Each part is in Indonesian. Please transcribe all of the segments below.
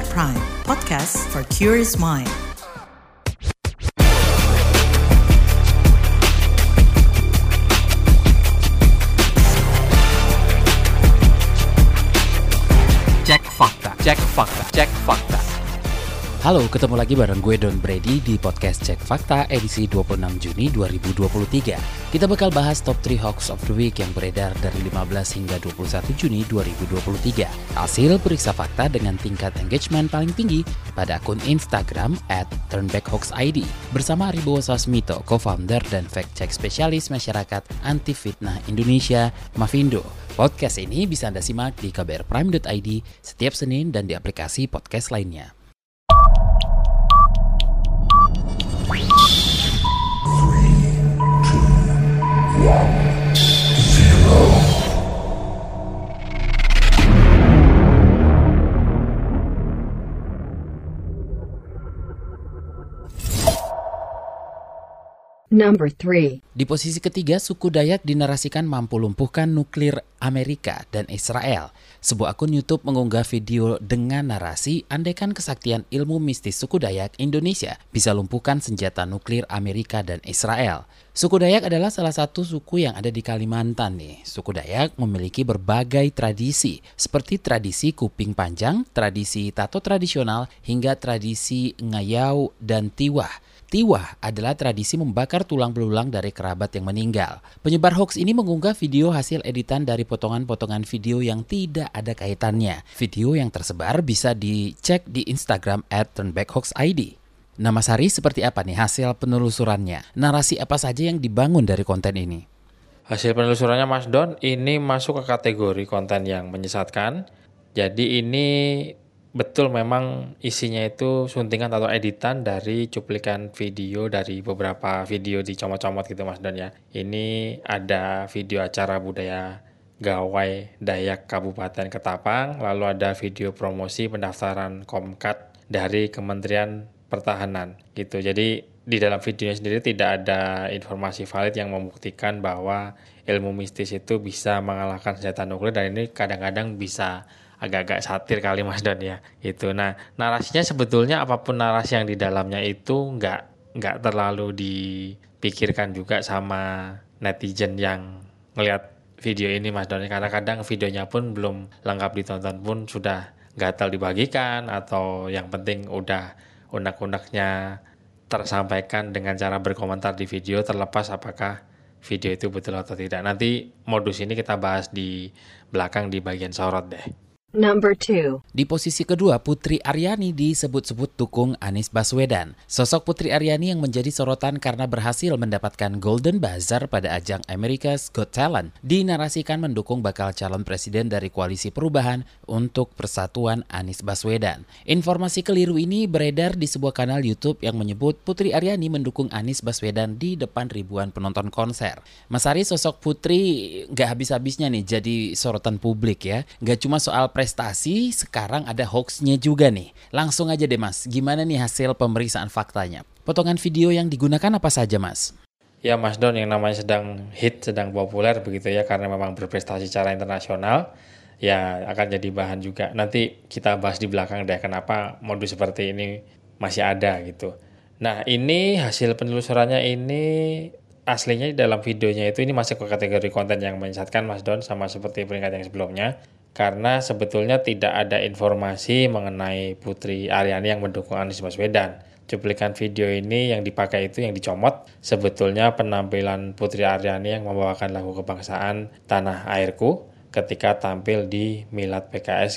KBR Prime, podcast for curious mind. Cek fakta, cek fakta, cek fakta. Halo, ketemu lagi bareng gue Don Brady di podcast Cek Fakta edisi 26 Juni 2023. Kita bakal bahas top 3 hoax of the week yang beredar dari 15 hingga 21 Juni 2023. Hasil periksa fakta dengan tingkat engagement paling tinggi pada akun Instagram @turnbackhoaxid bersama Aribowo Sasmito, co-founder dan fact-check spesialis masyarakat anti fitnah Indonesia, Mafindo. Podcast ini bisa Anda simak di kbrprime.id setiap Senin dan di aplikasi podcast lainnya. Number 3. Di posisi ketiga, suku Dayak dinarasikan mampu lumpuhkan nuklir Amerika dan Israel. Sebuah akun YouTube mengunggah video dengan narasi andaikan kesaktian ilmu mistis suku Dayak Indonesia bisa lumpuhkan senjata nuklir Amerika dan Israel. Suku Dayak adalah salah satu suku yang ada di Kalimantan nih. Suku Dayak memiliki berbagai tradisi, seperti tradisi kuping panjang, tradisi tato tradisional, hingga tradisi ngayau dan tiwah. Tiwah adalah tradisi membakar tulang belulang dari kerabat yang meninggal. Penyebar hoax ini mengunggah video hasil editan dari potongan-potongan video yang tidak ada kaitannya. Video yang tersebar bisa dicek di Instagram @turnbackhoaxid. Nah, Mas Hari, seperti apa nih hasil penelusurannya? Narasi apa saja yang dibangun dari konten ini? Hasil penelusurannya Mas Don, ini masuk ke kategori konten yang menyesatkan. Jadi ini betul memang isinya itu suntingan atau editan dari cuplikan video dari beberapa video dicomot-comot gitu Mas Don ya. Ini ada video acara budaya Gawai Dayak Kabupaten Ketapang, lalu ada video promosi pendaftaran Komkat dari Kementerian Pertahanan gitu. Jadi di dalam videonya sendiri tidak ada informasi valid yang membuktikan bahwa ilmu mistis itu bisa mengalahkan senjata nuklir, dan ini kadang-kadang bisa agak-agak satir kali Mas Don ya gitu. Nah, narasinya sebetulnya apapun narasi yang di dalamnya itu nggak terlalu dipikirkan juga sama netizen yang ngelihat video ini Mas Don, karena kadang videonya pun belum lengkap ditonton pun sudah gatal dibagikan, atau yang penting udah unek-uneknya tersampaikan dengan cara berkomentar di video, terlepas apakah video itu betul atau tidak. Nanti modus ini kita bahas di belakang di bagian sorot deh. Number 2. Di posisi kedua, Putri Aryani disebut-sebut dukung Anies Baswedan. Sosok Putri Aryani yang menjadi sorotan karena berhasil mendapatkan Golden Buzzer pada ajang America's Got Talent dinarasikan mendukung bakal calon presiden dari Koalisi Perubahan untuk Persatuan Anies Baswedan. Informasi keliru ini beredar di sebuah kanal YouTube yang menyebut Putri Aryani mendukung Anies Baswedan di depan ribuan penonton konser. Mas Ari, sosok Putri gak habis-habisnya nih jadi sorotan publik ya. Gak cuma soal prestasi, sekarang ada hoaxnya juga nih. Langsung aja deh Mas, gimana nih hasil pemeriksaan faktanya? Potongan video yang digunakan apa saja Mas? Ya Mas Don, yang namanya sedang hit, sedang populer begitu ya, karena memang berprestasi secara internasional, ya akan jadi bahan juga. Nanti kita bahas di belakang deh kenapa modus seperti ini masih ada gitu. Nah, ini hasil penelusurannya ini aslinya dalam videonya itu ini masuk ke kategori konten yang menyesatkan Mas Don, sama seperti peringkat yang sebelumnya. Karena sebetulnya tidak ada informasi mengenai Putri Aryani yang mendukung Anies Baswedan. Cuplikan video ini yang dipakai itu, yang dicomot, sebetulnya penampilan Putri Aryani yang membawakan lagu kebangsaan Tanah Airku ketika tampil di Milad PKS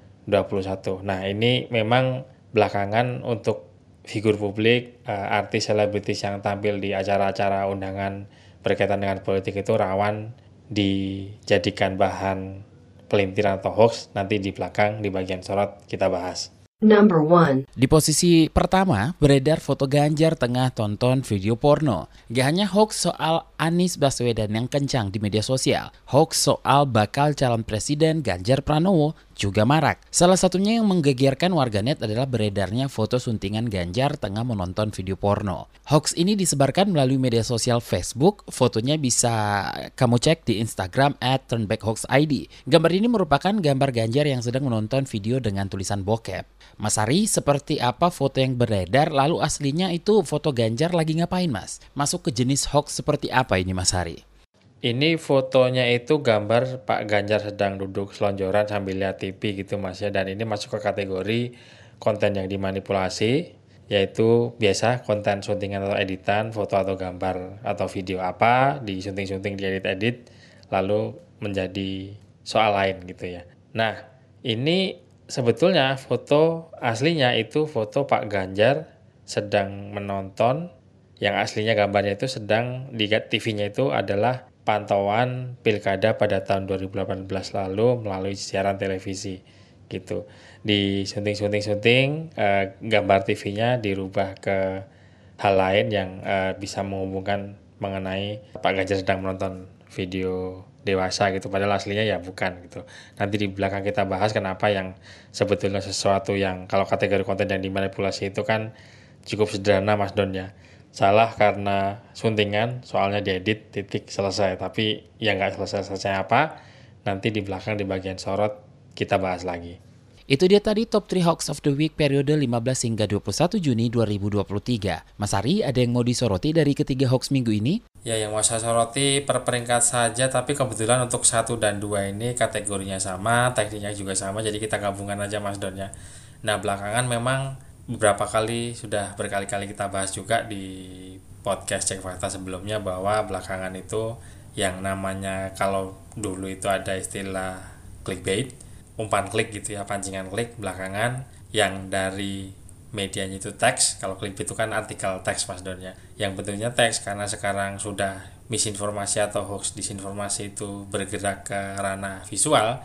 ke-21. Nah, ini memang belakangan untuk figur publik, artis selebritis yang tampil di acara-acara undangan berkaitan dengan politik itu rawan dijadikan bahan pelintiran atau hoax. Nanti di belakang di bagian sorot kita bahas. Number 1. Di posisi pertama, beredar foto Ganjar tengah tonton video porno. Gak hanya hoax soal Anies Baswedan yang kencang di media sosial, hoax soal bakal calon presiden Ganjar Pranowo juga marak. Salah satunya yang menggegerkan warganet adalah beredarnya foto suntingan Ganjar tengah menonton video porno. Hoax ini disebarkan melalui media sosial Facebook. Fotonya bisa kamu cek di Instagram @turnbackhoaxid. Gambar ini merupakan gambar Ganjar yang sedang menonton video dengan tulisan bokep. Mas Ari, seperti apa foto yang beredar? Lalu aslinya itu foto Ganjar lagi ngapain, Mas? Masuk ke jenis hoax seperti apa ini, Mas Ari? Ini fotonya itu gambar Pak Ganjar sedang duduk selonjoran sambil lihat TV gitu Mas ya. Dan ini masuk ke kategori konten yang dimanipulasi, yaitu biasa konten syutingan atau editan, foto atau gambar atau video apa, disunting-sunting, diedit-edit, lalu menjadi soal lain gitu ya. Nah, ini sebetulnya foto aslinya itu foto Pak Ganjar sedang menonton, yang aslinya gambarnya itu sedang di TV-nya itu adalah pantauan pilkada pada tahun 2018 lalu melalui siaran televisi gitu. Di sunting gambar TV-nya dirubah ke hal lain yang bisa menghubungkan mengenai Pak Ganjar sedang menonton video dewasa gitu, padahal aslinya ya bukan gitu. Nanti di belakang kita bahas kenapa yang sebetulnya sesuatu yang kalau kategori konten yang dimanipulasi itu kan cukup sederhana Mas Don ya. Salah karena suntingan, soalnya diedit, titik, selesai. Tapi ya nggak selesai-selesai apa, nanti di belakang di bagian sorot kita bahas lagi. Itu dia tadi top 3 hoax of the week periode 15 hingga 21 Juni 2023. Mas Ari, ada yang mau disoroti dari ketiga hoax minggu ini? Ya, yang mau saya soroti per peringkat saja, tapi kebetulan untuk 1 dan 2 ini kategorinya sama, tekniknya juga sama, jadi kita gabungan aja Mas Don ya. Nah, belakangan memang beberapa kali sudah berkali-kali kita bahas juga di podcast Cek Fakta sebelumnya bahwa belakangan itu yang namanya, kalau dulu itu ada istilah clickbait, umpan klik gitu ya, pancingan klik, belakangan yang dari medianya itu teks. Kalau clickbait itu kan artikel teks Mas Don ya, yang bentuknya teks, karena sekarang sudah misinformasi atau hoax disinformasi itu bergerak ke ranah visual.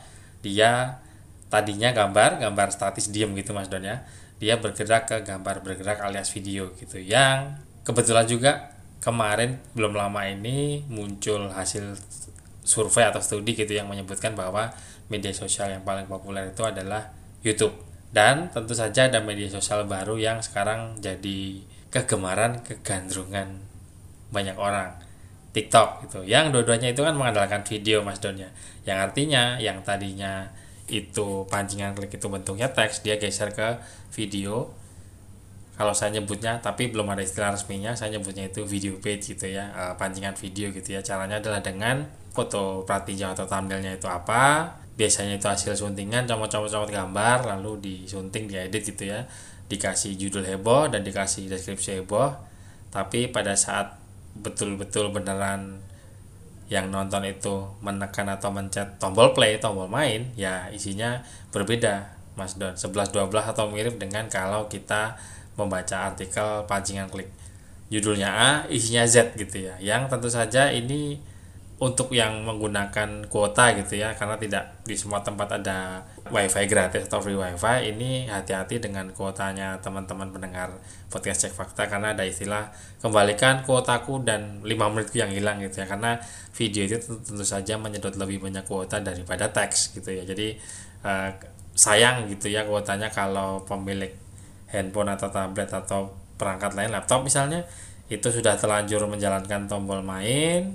Dia tadinya gambar statis diem gitu Mas Don ya, dia bergerak ke gambar bergerak alias video gitu, yang kebetulan juga kemarin belum lama ini muncul hasil survei atau studi gitu yang menyebutkan bahwa media sosial yang paling populer itu adalah YouTube. Dan tentu saja ada media sosial baru yang sekarang jadi kegemaran, kegandrungan banyak orang, TikTok gitu, yang dua-duanya itu kan mengandalkan video Mas Don ya, yang artinya yang tadinya itu pancingan klik itu bentuknya teks, dia geser ke video. Kalau saya nyebutnya, tapi belum ada istilah resminya, saya nyebutnya itu video page gitu ya, pancingan video gitu ya. Caranya adalah dengan foto pratinja atau thumbnailnya itu apa, biasanya itu hasil suntingan, comot-comot gambar, lalu disunting, diedit gitu ya, dikasih judul heboh dan dikasih deskripsi heboh. Tapi pada saat betul-betul beneran yang nonton itu menekan atau mencet tombol play, tombol main, ya isinya berbeda Mas Don, 11-12 atau mirip dengan kalau kita membaca artikel pancingan klik. Judulnya A, isinya Z gitu ya. Yang tentu saja ini untuk yang menggunakan kuota gitu ya, karena tidak di semua tempat ada wifi gratis atau free wifi. Ini hati-hati dengan kuotanya teman-teman pendengar podcast Cek Fakta, karena ada istilah kembalikan kuotaku dan 5 menitku yang hilang gitu ya, karena video itu tentu saja menyedot lebih banyak kuota daripada teks gitu ya. Jadi sayang gitu ya kuotanya kalau pemilik handphone atau tablet atau perangkat lain, laptop misalnya, itu sudah terlanjur menjalankan tombol main,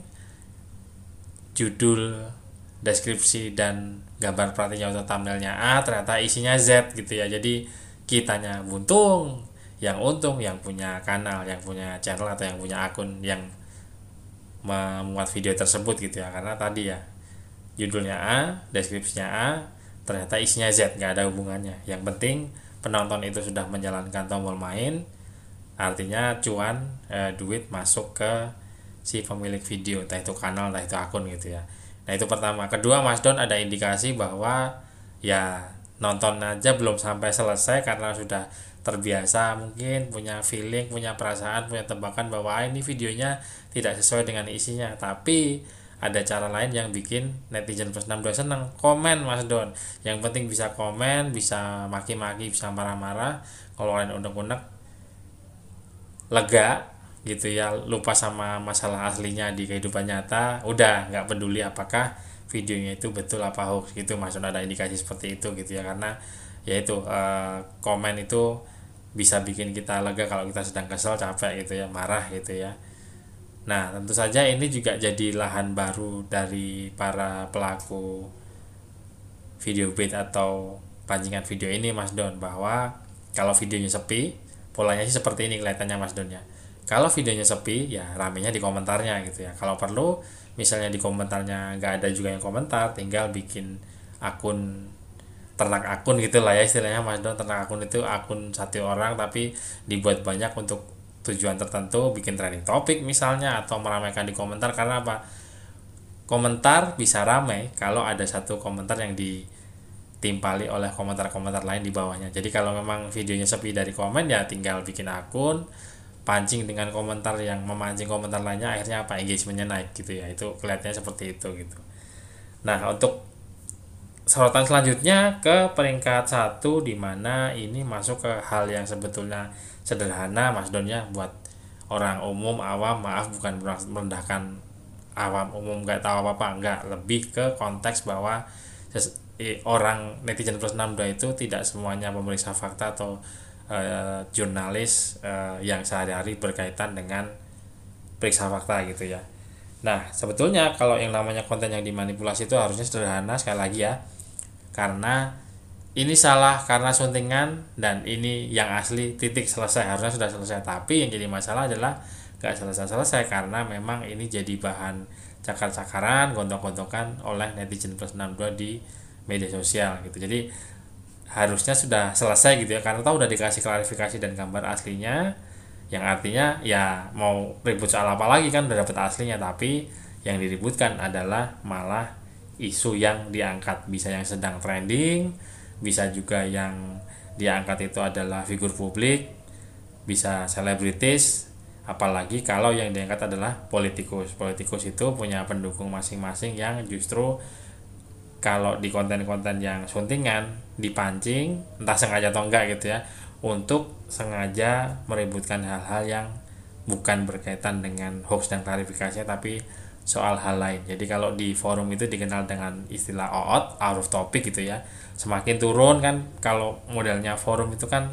judul, deskripsi, dan gambar pratinja atau thumbnailnya A, ternyata isinya Z gitu ya. Jadi kitanya buntung, yang untung yang punya kanal, yang punya channel atau yang punya akun yang memuat video tersebut gitu ya. Karena tadi ya judulnya A, deskripsinya A, ternyata isinya Z, nggak ada hubungannya. Yang penting penonton itu sudah menjalankan tombol main, artinya cuan, duit masuk ke si pemilik video, entah itu kanal, entah itu akun gitu ya. Nah itu pertama. Kedua Mas Don, ada indikasi bahwa ya nonton aja belum sampai selesai karena sudah terbiasa, mungkin punya feeling, punya perasaan, punya tebakan bahwa ini videonya tidak sesuai dengan isinya. Tapi ada cara lain yang bikin netizen plus 62 seneng, komen Mas Don. Yang penting bisa komen, bisa maki-maki, bisa marah-marah. Kalau lain unek-unek lega gitu ya, lupa sama masalah aslinya di kehidupan nyata, udah nggak peduli apakah videonya itu betul apa hoax gitu, Mas Don, ada indikasi seperti itu gitu ya, karena ya itu komen itu bisa bikin kita lega kalau kita sedang kesel, capek gitu ya, marah gitu ya. Nah, tentu saja ini juga jadi lahan baru dari para pelaku video bait atau pancingan video ini, Mas Don, bahwa kalau videonya sepi, polanya sih seperti ini kelihatannya, Mas Don ya. Kalau videonya sepi, ya ramenya di komentarnya gitu ya. Kalau perlu, misalnya di komentarnya nggak ada juga yang komentar, tinggal bikin akun, ternak akun gitu lah ya istilahnya, Mas Don. Ternak akun itu akun satu orang tapi dibuat banyak untuk tujuan tertentu, bikin trending topik misalnya, atau meramaikan di komentar. Karena apa? Komentar bisa ramai kalau ada satu komentar yang ditimpali oleh komentar-komentar lain di bawahnya. Jadi kalau memang videonya sepi dari komen, ya tinggal bikin akun, pancing dengan komentar yang memancing komentar lainnya, akhirnya apa, engagementnya naik gitu ya. Itu kelihatannya seperti itu gitu. Nah, untuk sorotan selanjutnya ke peringkat 1, di mana ini masuk ke hal yang sebetulnya sederhana, Mas Don ya, buat orang umum awam. Maaf, bukan merendahkan awam umum nggak tahu apa-apa, enggak, lebih ke konteks bahwa orang netizen plus 62 itu tidak semuanya pemeriksa fakta atau jurnalis yang sehari-hari berkaitan dengan periksa fakta gitu ya. Nah, sebetulnya kalau yang namanya konten yang dimanipulasi itu harusnya sederhana, sekali lagi ya, karena ini salah karena suntingan dan ini yang asli, titik, selesai, harusnya sudah selesai. Tapi yang jadi masalah adalah gak selesai-selesai karena memang ini jadi bahan cakar-cakaran, gontok-gontokan oleh netizen plus 62 di media sosial gitu. Jadi harusnya sudah selesai gitu ya, karena tahu udah dikasih klarifikasi dan gambar aslinya, yang artinya ya mau ribut soal apa lagi, kan udah dapet aslinya. Tapi yang diributkan adalah malah isu yang diangkat, bisa yang sedang trending, bisa juga yang diangkat itu adalah figur publik, bisa selebritis, apalagi kalau yang diangkat adalah politikus. Politikus itu punya pendukung masing-masing yang justru kalau di konten-konten yang suntingan dipancing, entah sengaja atau enggak gitu ya, untuk sengaja meributkan hal-hal yang bukan berkaitan dengan hoax dan klarifikasinya, tapi soal hal lain. Jadi kalau di forum itu dikenal dengan istilah out of topic gitu ya. Semakin turun kan, kalau modelnya forum itu kan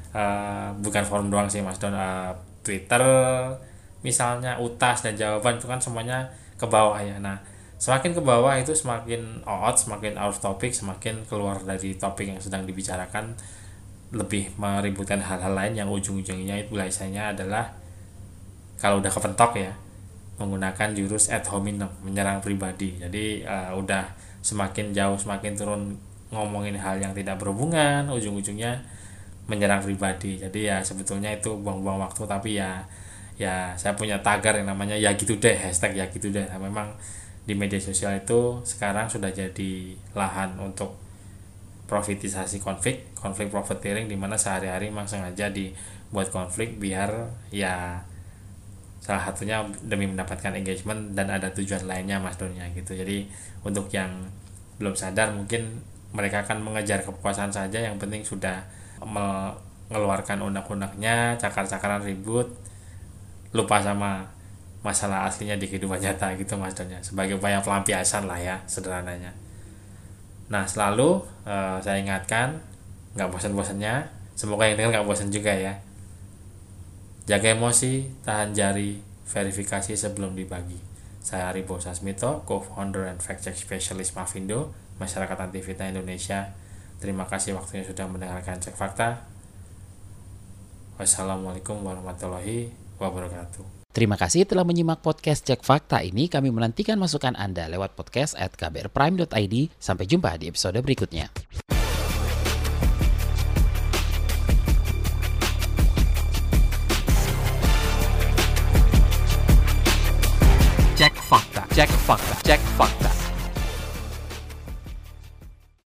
bukan forum doang sih, Mas Don, Twitter misalnya, utas dan jawaban itu kan semuanya ke bawah ya. Nah, semakin ke bawah itu semakin out, semakin out of topic, semakin keluar dari topik yang sedang dibicarakan, lebih meributkan hal-hal lain yang ujung-ujungnya itu biasanya adalah, kalau udah kepentok ya, menggunakan jurus ad hominem, menyerang pribadi. Jadi udah semakin jauh, semakin turun, ngomongin hal yang tidak berhubungan, ujung-ujungnya menyerang pribadi. Jadi ya sebetulnya itu buang-buang waktu. Tapi ya saya punya tagar yang namanya ya gitu deh, hashtag ya gitu deh. Nah, memang di media sosial itu sekarang sudah jadi lahan untuk profitisasi konflik profiteering, di mana sehari-hari memang sengaja dibuat konflik biar ya salah satunya demi mendapatkan engagement dan ada tujuan lainnya, Mas Donnya gitu. Jadi untuk yang belum sadar, mungkin mereka akan mengejar kepuasan saja, yang penting sudah mengeluarkan unek-uneknya, cakar-cakaran, ribut, lupa sama masalah aslinya di kehidupan nyata gitu, Mas Donnya, sebagai upaya pelampiasan lah ya sederhananya. Nah, selalu saya ingatkan, nggak bosan-bosannya, semoga yang dengar nggak bosan juga ya. Jaga emosi, tahan jari, verifikasi sebelum dibagi. Saya Aribo Sasmito, co-founder and fact-check specialist Mavindo, Masyarakat Anti Fitnah Indonesia. Terima kasih waktunya sudah mendengarkan Cek Fakta. Wassalamualaikum warahmatullahi wabarakatuh. Terima kasih telah menyimak podcast Cek Fakta ini. Kami menantikan masukan Anda lewat podcast@kbrprime.id. Sampai jumpa di episode berikutnya. Cek Fakta, Cek Fakta, Cek Fakta.